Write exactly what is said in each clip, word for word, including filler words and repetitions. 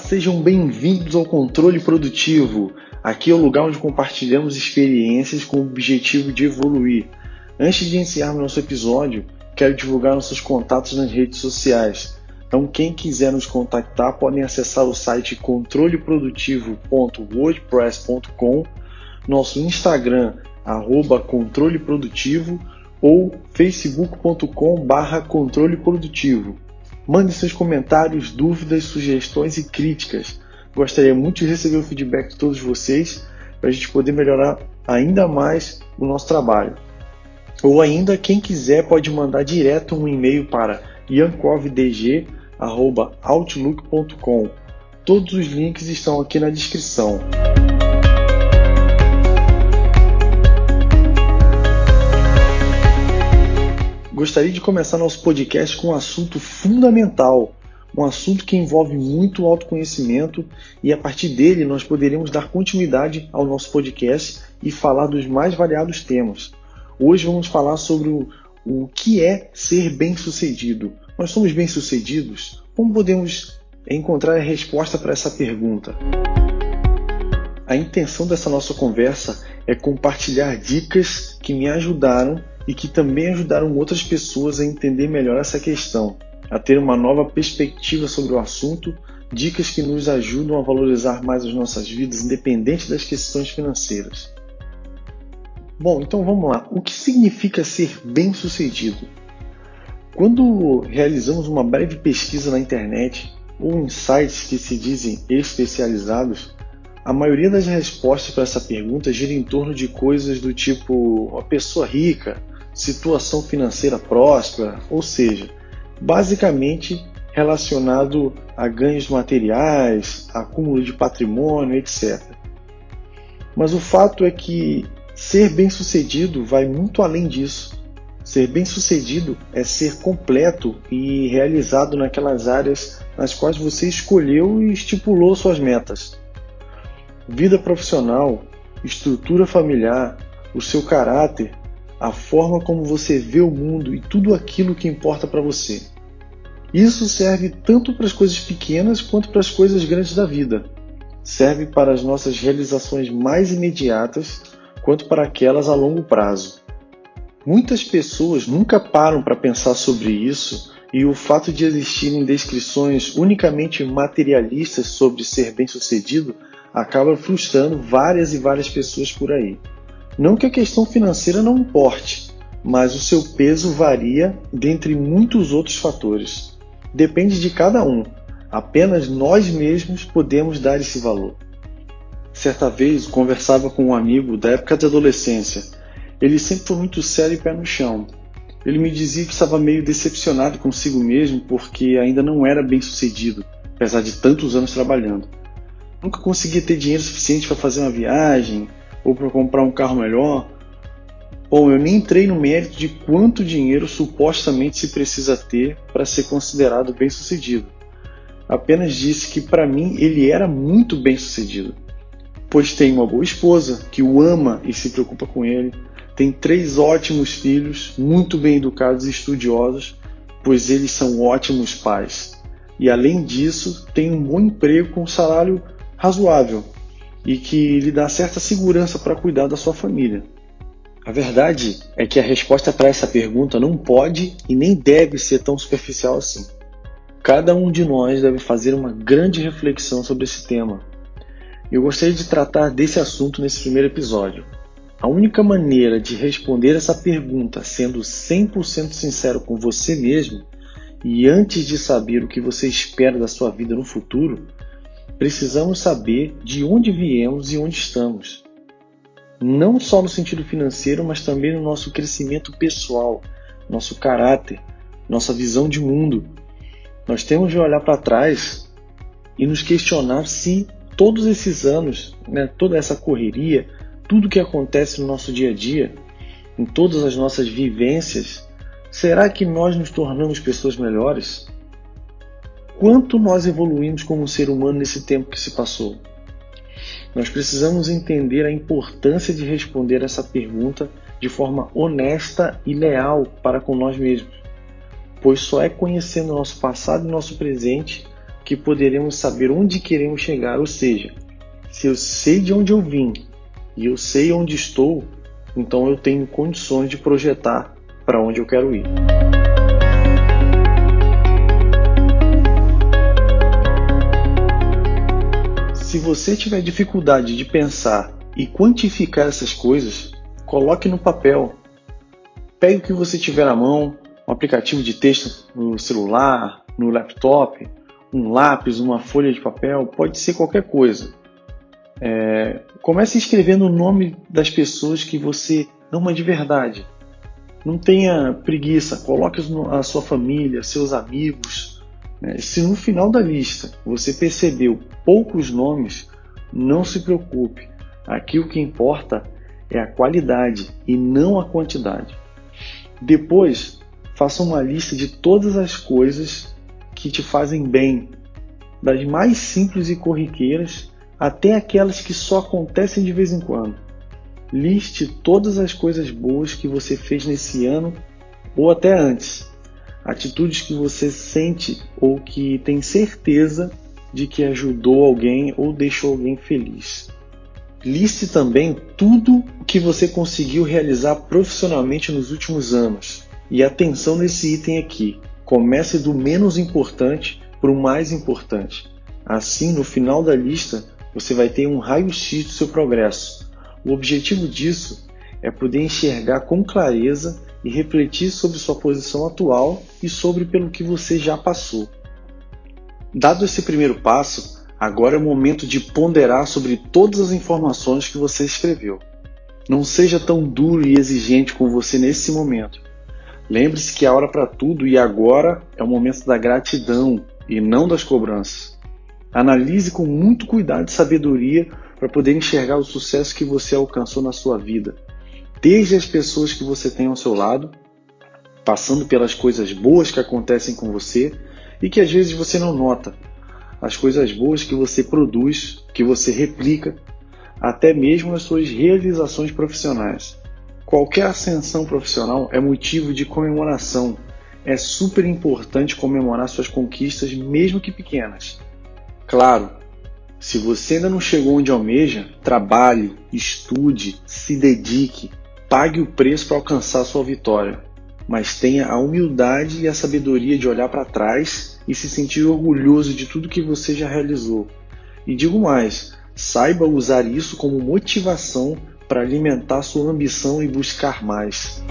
sejam bem-vindos ao Controle Produtivo. Aqui é o lugar onde compartilhamos experiências com o objetivo de evoluir. Antes de iniciarmos nosso episódio, quero divulgar nossos contatos nas redes sociais. Então, quem quiser nos contactar, podem acessar o site controle produtivo ponto wordpress ponto com, nosso Instagram, arroba controle produtivo, ou facebook ponto com barra controle produtivo. Mande seus comentários, dúvidas, sugestões e críticas. Gostaria muito de receber o feedback de todos vocês para a gente poder melhorar ainda mais o nosso trabalho. Ou ainda, quem quiser pode mandar direto um e-mail para yankovdg arroba outlook ponto com. Todos os links estão aqui na descrição. Gostaria de começar nosso podcast com um assunto fundamental, um assunto que envolve muito autoconhecimento e a partir dele nós poderemos dar continuidade ao nosso podcast e falar dos mais variados temas. Hoje vamos falar sobre o, o que é ser bem-sucedido. Nós somos bem-sucedidos? Como podemos encontrar a resposta para essa pergunta? A intenção dessa nossa conversa é compartilhar dicas que me ajudaram e que também ajudaram outras pessoas a entender melhor essa questão, a ter uma nova perspectiva sobre o assunto, dicas que nos ajudam a valorizar mais as nossas vidas, independente das questões financeiras. Bom, então vamos lá. O que significa ser bem-sucedido? Quando realizamos uma breve pesquisa na internet ou em sites que se dizem especializados, a maioria das respostas para essa pergunta gira em torno de coisas do tipo uma pessoa rica, situação financeira próspera, ou seja, basicamente relacionado a ganhos materiais, acúmulo de patrimônio, etcétera. Mas o fato é que ser bem-sucedido vai muito além disso. Ser bem-sucedido é ser completo e realizado naquelas áreas nas quais você escolheu e estipulou suas metas. Vida profissional, estrutura familiar, o seu caráter, a forma como você vê o mundo e tudo aquilo que importa para você. Isso serve tanto para as coisas pequenas quanto para as coisas grandes da vida. Serve para as nossas realizações mais imediatas quanto para aquelas a longo prazo. Muitas pessoas nunca param para pensar sobre isso e o fato de existirem descrições unicamente materialistas sobre ser bem-sucedido acaba frustrando várias e várias pessoas por aí. Não que a questão financeira não importe, mas o seu peso varia dentre muitos outros fatores. Depende de cada um. Apenas nós mesmos podemos dar esse valor. Certa vez conversava com um amigo da época da adolescência. Ele sempre foi muito sério e pé no chão. Ele me dizia que estava meio decepcionado consigo mesmo porque ainda não era bem sucedido, apesar de tantos anos trabalhando. Nunca conseguia ter dinheiro suficiente para fazer uma viagem ou para comprar um carro melhor. Bom, eu nem entrei no mérito de quanto dinheiro supostamente se precisa ter para ser considerado bem-sucedido. Apenas disse que para mim ele era muito bem-sucedido, pois tem uma boa esposa que o ama e se preocupa com ele, tem três ótimos filhos, muito bem educados e estudiosos, pois eles são ótimos pais. E além disso, tem um bom emprego com um salário razoável e que lhe dá certa segurança para cuidar da sua família. A verdade é que a resposta para essa pergunta não pode e nem deve ser tão superficial assim. Cada um de nós deve fazer uma grande reflexão sobre esse tema. Eu gostaria de tratar desse assunto nesse primeiro episódio. A única maneira de responder essa pergunta sendo cem por cento sincero com você mesmo e antes de saber o que você espera da sua vida no futuro, precisamos saber de onde viemos e onde estamos. Não só no sentido financeiro, mas também no nosso crescimento pessoal, nosso caráter, nossa visão de mundo. Nós temos de olhar para trás e nos questionar se todos esses anos, né, toda essa correria, tudo que acontece no nosso dia a dia, em todas as nossas vivências, será que nós nos tornamos pessoas melhores? Quanto nós evoluímos como ser humano nesse tempo que se passou? Nós precisamos entender a importância de responder essa pergunta de forma honesta e leal para com nós mesmos, pois só é conhecendo nosso passado e nosso presente que poderemos saber onde queremos chegar. Ou seja, se eu sei de onde eu vim e eu sei onde estou, então eu tenho condições de projetar para onde eu quero ir. Se você tiver dificuldade de pensar e quantificar essas coisas, coloque no papel. Pegue o que você tiver à mão, um aplicativo de texto no celular, no laptop, um lápis, uma folha de papel, pode ser qualquer coisa. É, comece escrevendo o nome das pessoas que você ama de verdade. Não tenha preguiça, coloque a sua família, seus amigos. Se no final da lista você percebeu poucos nomes, não se preocupe. Aqui o que importa é a qualidade e não a quantidade. Depois, faça uma lista de todas as coisas que te fazem bem, das mais simples e corriqueiras até aquelas que só acontecem de vez em quando. Liste todas as coisas boas que você fez nesse ano ou até antes. Atitudes que você sente ou que tem certeza de que ajudou alguém ou deixou alguém feliz. Liste também tudo o que você conseguiu realizar profissionalmente nos últimos anos. E atenção nesse item aqui. Comece do menos importante para o mais importante. Assim, no final da lista, você vai ter um raio-x do seu progresso. O objetivo disso é poder enxergar com clareza e refletir sobre sua posição atual e sobre pelo que você já passou. Dado esse primeiro passo, agora é o momento de ponderar sobre todas as informações que você escreveu. Não seja tão duro e exigente com você nesse momento. Lembre-se que a hora para tudo e agora é o momento da gratidão e não das cobranças. Analise com muito cuidado e sabedoria para poder enxergar o sucesso que você alcançou na sua vida. Desde as pessoas que você tem ao seu lado, passando pelas coisas boas que acontecem com você e que às vezes você não nota, as coisas boas que você produz, que você replica, até mesmo as suas realizações profissionais. Qualquer ascensão profissional é motivo de comemoração. É super importante comemorar suas conquistas, mesmo que pequenas. Claro, se você ainda não chegou onde almeja, trabalhe, estude, se dedique, pague o preço para alcançar sua vitória. Mas tenha a humildade e a sabedoria de olhar para trás e se sentir orgulhoso de tudo que você já realizou. E digo mais, saiba usar isso como motivação para alimentar sua ambição e buscar mais.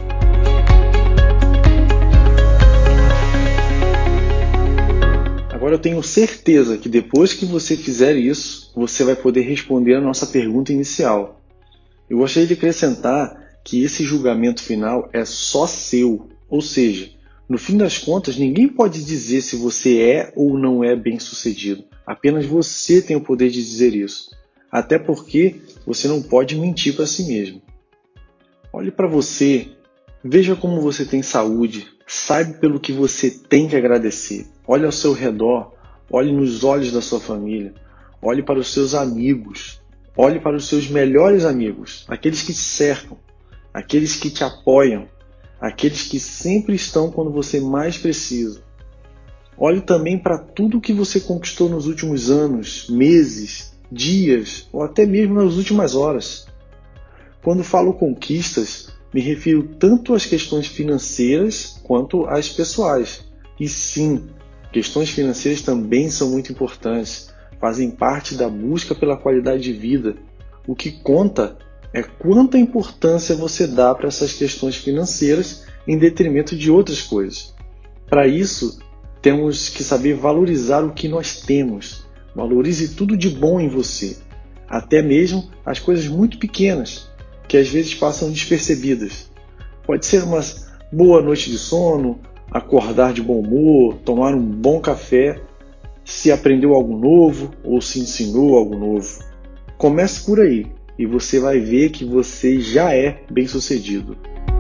Agora eu tenho certeza que depois que você fizer isso, você vai poder responder a nossa pergunta inicial. Eu gostaria de acrescentar que esse julgamento final é só seu, ou seja, no fim das contas, ninguém pode dizer se você é ou não é bem-sucedido. Apenas você tem o poder de dizer isso. Até porque você não pode mentir para si mesmo. Olhe para você, veja como você tem saúde, saiba pelo que você tem que agradecer. Olhe ao seu redor, olhe nos olhos da sua família, olhe para os seus amigos, olhe para os seus melhores amigos, aqueles que te cercam, aqueles que te apoiam, aqueles que sempre estão quando você mais precisa. Olhe também para tudo que você conquistou nos últimos anos, meses, dias ou até mesmo nas últimas horas. Quando falo conquistas, me refiro tanto às questões financeiras quanto às pessoais. E sim, questões financeiras também são muito importantes, fazem parte da busca pela qualidade de vida. O que conta é quanta importância você dá para essas questões financeiras em detrimento de outras coisas. Para isso, temos que saber valorizar o que nós temos. Valorize tudo de bom em você, até mesmo as coisas muito pequenas, que às vezes passam despercebidas. Pode ser uma boa noite de sono, acordar de bom humor, tomar um bom café, se aprendeu algo novo ou se ensinou algo novo. Comece por aí e você vai ver que você já é bem-sucedido.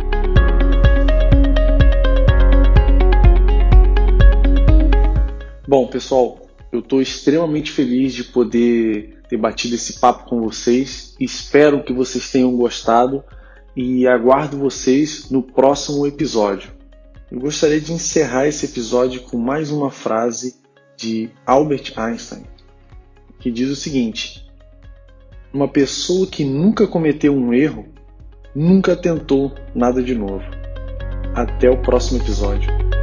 Bom, pessoal, eu estou extremamente feliz de poder ter batido esse papo com vocês. Espero que vocês tenham gostado e aguardo vocês no próximo episódio. Eu gostaria de encerrar esse episódio com mais uma frase de Albert Einstein, que diz o seguinte: uma pessoa que nunca cometeu um erro, nunca tentou nada de novo. Até o próximo episódio.